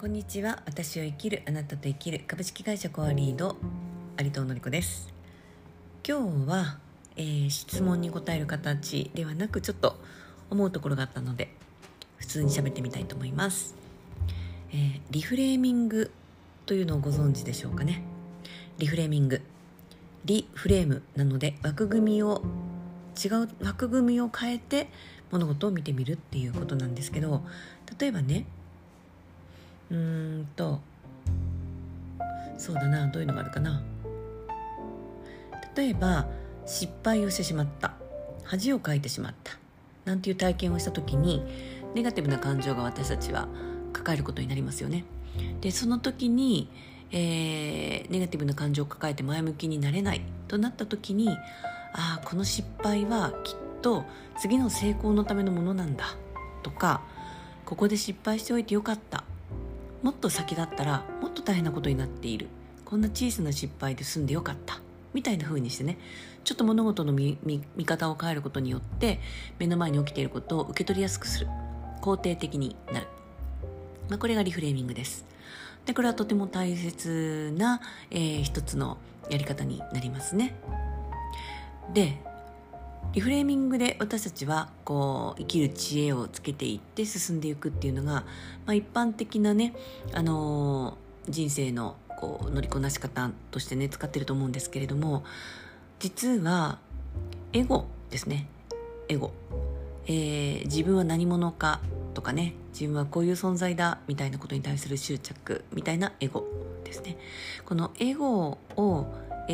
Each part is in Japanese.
こんにちは。私を生きる、あなたと生きる株式会社コアリード有藤のり子です。今日は、質問に答える形ではなく、ちょっと思うところがあったので普通に喋ってみたいと思います。リフレーミングというのをご存知でしょうかね。リフレーミング、リフレームなので違う枠組みを変えて物事を見てみるっていうことなんですけど、例えばね、そうだな、どういうのがあるかな。例えば失敗をしてしまった、恥をかいてしまったなんていう体験をした時に、ネガティブな感情が私たちは抱えることになりますよね。でその時に、ネガティブな感情を抱えて前向きになれないとなった時に、この失敗はきっと次の成功のためのものなんだとか、ここで失敗しておいてよかった、もっと先だったらもっと大変なことになっている、こんな小さな失敗で済んでよかったみたいな風にしてね、ちょっと物事の見方を変えることによって目の前に起きていることを受け取りやすくする、肯定的になる、これがリフレーミングです。でこれはとても大切な、一つのやり方になりますね。でリフレーミングで私たちはこう生きる知恵をつけていって進んでいくっていうのが、一般的なね、人生のこう乗りこなし方としてね使ってると思うんですけれども、実はエゴですね。エゴ、自分は何者かとかね、自分はこういう存在だみたいなことに対する執着みたいなエゴですね。このエゴを、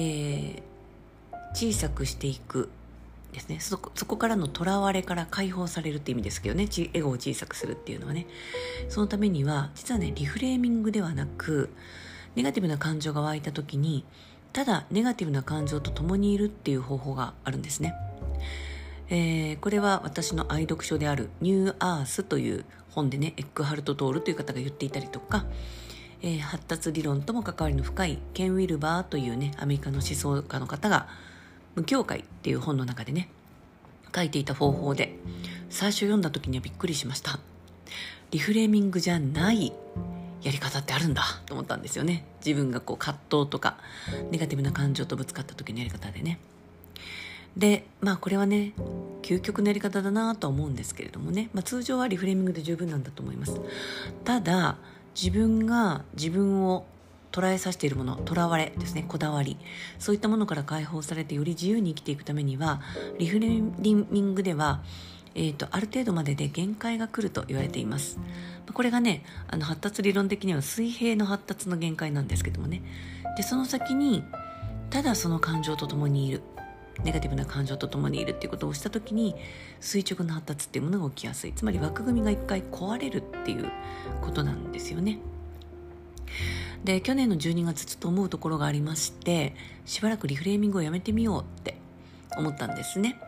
小さくしていくですね。そこからのとらわれから解放されるって意味ですけどね、エゴを小さくするっていうのはね、そのためには実はね、リフレーミングではなく、ネガティブな感情が湧いた時にただネガティブな感情と共にいるっていう方法があるんですね。これは私の愛読書であるニューアースという本でね、エックハルト・トールという方が言っていたりとか、発達理論とも関わりの深いケン・ウィルバーというね、アメリカの思想家の方が無教会っていう本の中でね書いていた方法で、最初読んだ時にはびっくりしました。リフレーミングじゃないやり方ってあるんだと思ったんですよね。自分がこう葛藤とかネガティブな感情とぶつかった時のやり方でね。でこれはね究極のやり方だなと思うんですけれどもね、通常はリフレーミングで十分なんだと思います。ただ自分が自分を捉えさせているもの、とらわれですね、こだわり、そういったものから解放されてより自由に生きていくためには、リフレーミングでは、ある程度までで限界が来ると言われています。これがね、発達理論的には水平の発達の限界なんですけどもね。でその先にただその感情と共にいる、ネガティブな感情と共にいるっていうことをした時に、垂直な発達っていうものが起きやすい、つまり枠組みが一回壊れるっていうことなんですよね。で去年の12月ちょっと思うところがありまして、しばらくリフレーミングをやめてみようって思ったんですね。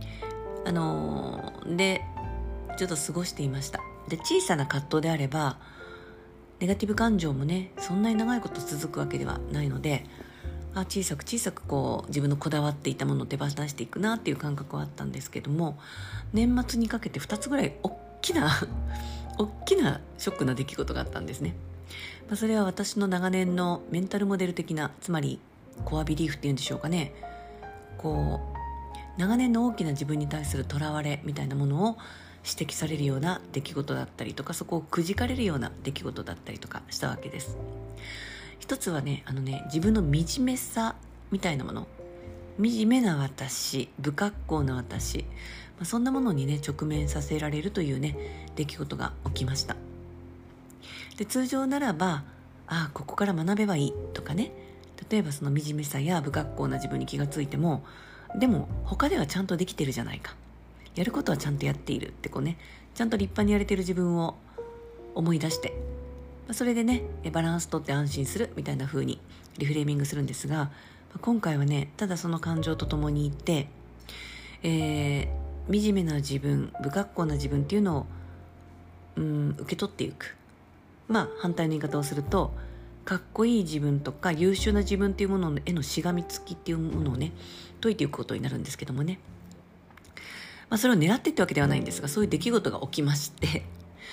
でちょっと過ごしていました。で小さな葛藤であればネガティブ感情もねそんなに長いこと続くわけではないので、小さくこう自分のこだわっていたものを手放していくなっていう感覚はあったんですけども、年末にかけて2つぐらい大きなショックな出来事があったんですね。それは私の長年のメンタルモデル的な、つまりコアビリーフっていうんでしょうかね、こう長年の大きな自分に対するとらわれみたいなものを指摘されるような出来事だったりとか、そこをくじかれるような出来事だったりとかしたわけです。一つはね、自分の惨めさみたいなもの、惨めな私、不格好な私、そんなものにね直面させられるというね出来事が起きました。で通常ならばここから学べばいいとかね、例えばその惨めさや不格好な自分に気がついても、でも他ではちゃんとできてるじゃないか、やることはちゃんとやっているってこうね、ちゃんと立派にやれてる自分を思い出して、それでねバランスとって安心するみたいな風にリフレーミングするんですが、今回はねただその感情とともにいて、惨めな自分、不格好な自分っていうのを受け取っていく。反対の言い方をすると、かっこいい自分とか優秀な自分っていうものへのしがみつきっていうものをね解いていくことになるんですけどもね、それを狙ってってわけではないんですが、そういう出来事が起きまして、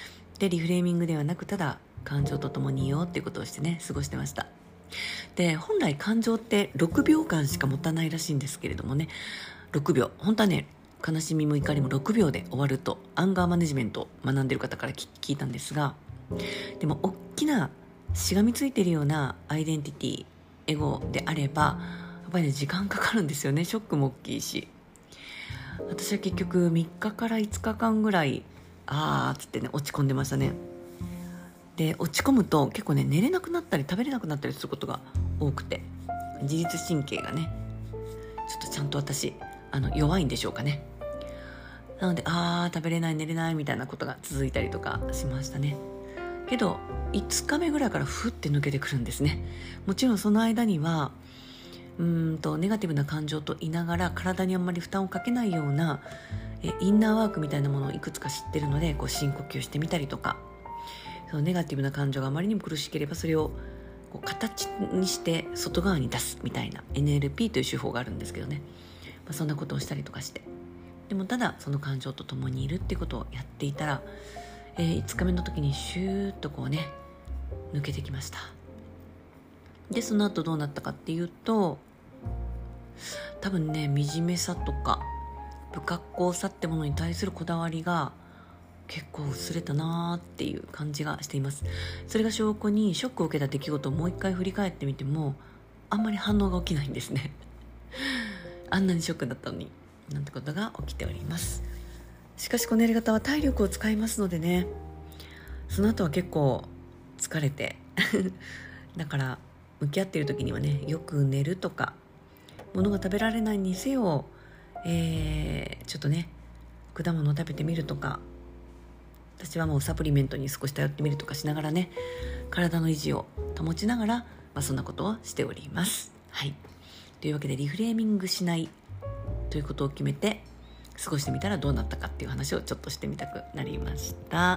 してリフレーミングではなく、ただ感情とともにいようっていうことをしてね、過ごしてました。で、本来感情って6秒間しか持たないらしいんですけれどもね、6秒、本当はね、悲しみも怒りも6秒で終わるとアンガーマネジメントを学んでる方から聞いたんですが、でも大きなしがみついてるようなアイデンティティ、エゴであればやっぱりね、時間かかるんですよね。ショックも大きいし、私は結局3日から5日間ぐらいつってね、落ち込んでましたね。で、落ち込むと結構ね、寝れなくなったり食べれなくなったりすることが多くて、自律神経がね、ちょっとちゃんと私弱いんでしょうかね。なので食べれない寝れないみたいなことが続いたりとかしましたね。けど5日目ぐらいからふって抜けてくるんですね。もちろんその間にはネガティブな感情と言いながら体にあんまり負担をかけないようなインナーワークみたいなものをいくつか知ってるので、深呼吸してみたりとか、そのネガティブな感情があまりにも苦しければそれを形にして外側に出すみたいな NLP という手法があるんですけどね、そんなことをしたりとかして、でもただその感情と共にいるっていうことをやっていたら、5日目の時にシューッと抜けてきました。でその後どうなったかっていうと、多分ね、惨めさとか不格好さってものに対するこだわりが結構薄れたなっていう感じがしています。それが証拠に、ショックを受けた出来事をもう一回振り返ってみてもあんまり反応が起きないんですねあんなにショックだったのになんてことが起きております。しかしこのやり方は体力を使いますのでね、その後は結構疲れてだから向き合っている時にはね、よく寝るとか、物が食べられないにせよ、ちょっとね、果物を食べてみるとか、私はもうサプリメントに少し頼ってみるとかしながらね、体の維持を保ちながら、そんなことをしております。はい。というわけで、リフレーミングしないということを決めて過ごしてみたらどうなったかっていう話をちょっとしてみたくなりました。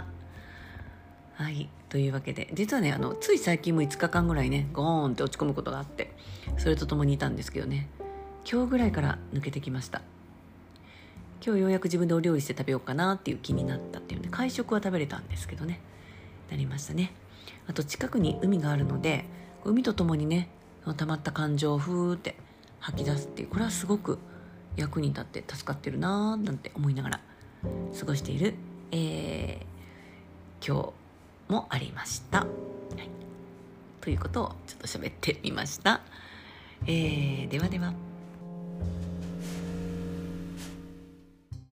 はい。というわけで、実はね、つい最近も5日間ぐらいね、ゴーンって落ち込むことがあって、それとともにいたんですけどね、今日ぐらいから抜けてきました。今日ようやく自分でお料理して食べようかなっていう気になったっていうね、会食は食べれたんですけどね、なりましたね。あと近くに海があるので、海とともにね、溜まった感情をふーって吐き出すっていう、これはすごく役に立って助かってるなーなんて思いながら過ごしている、今日もありました。はい、ということをちょっと喋ってみました。ではでは。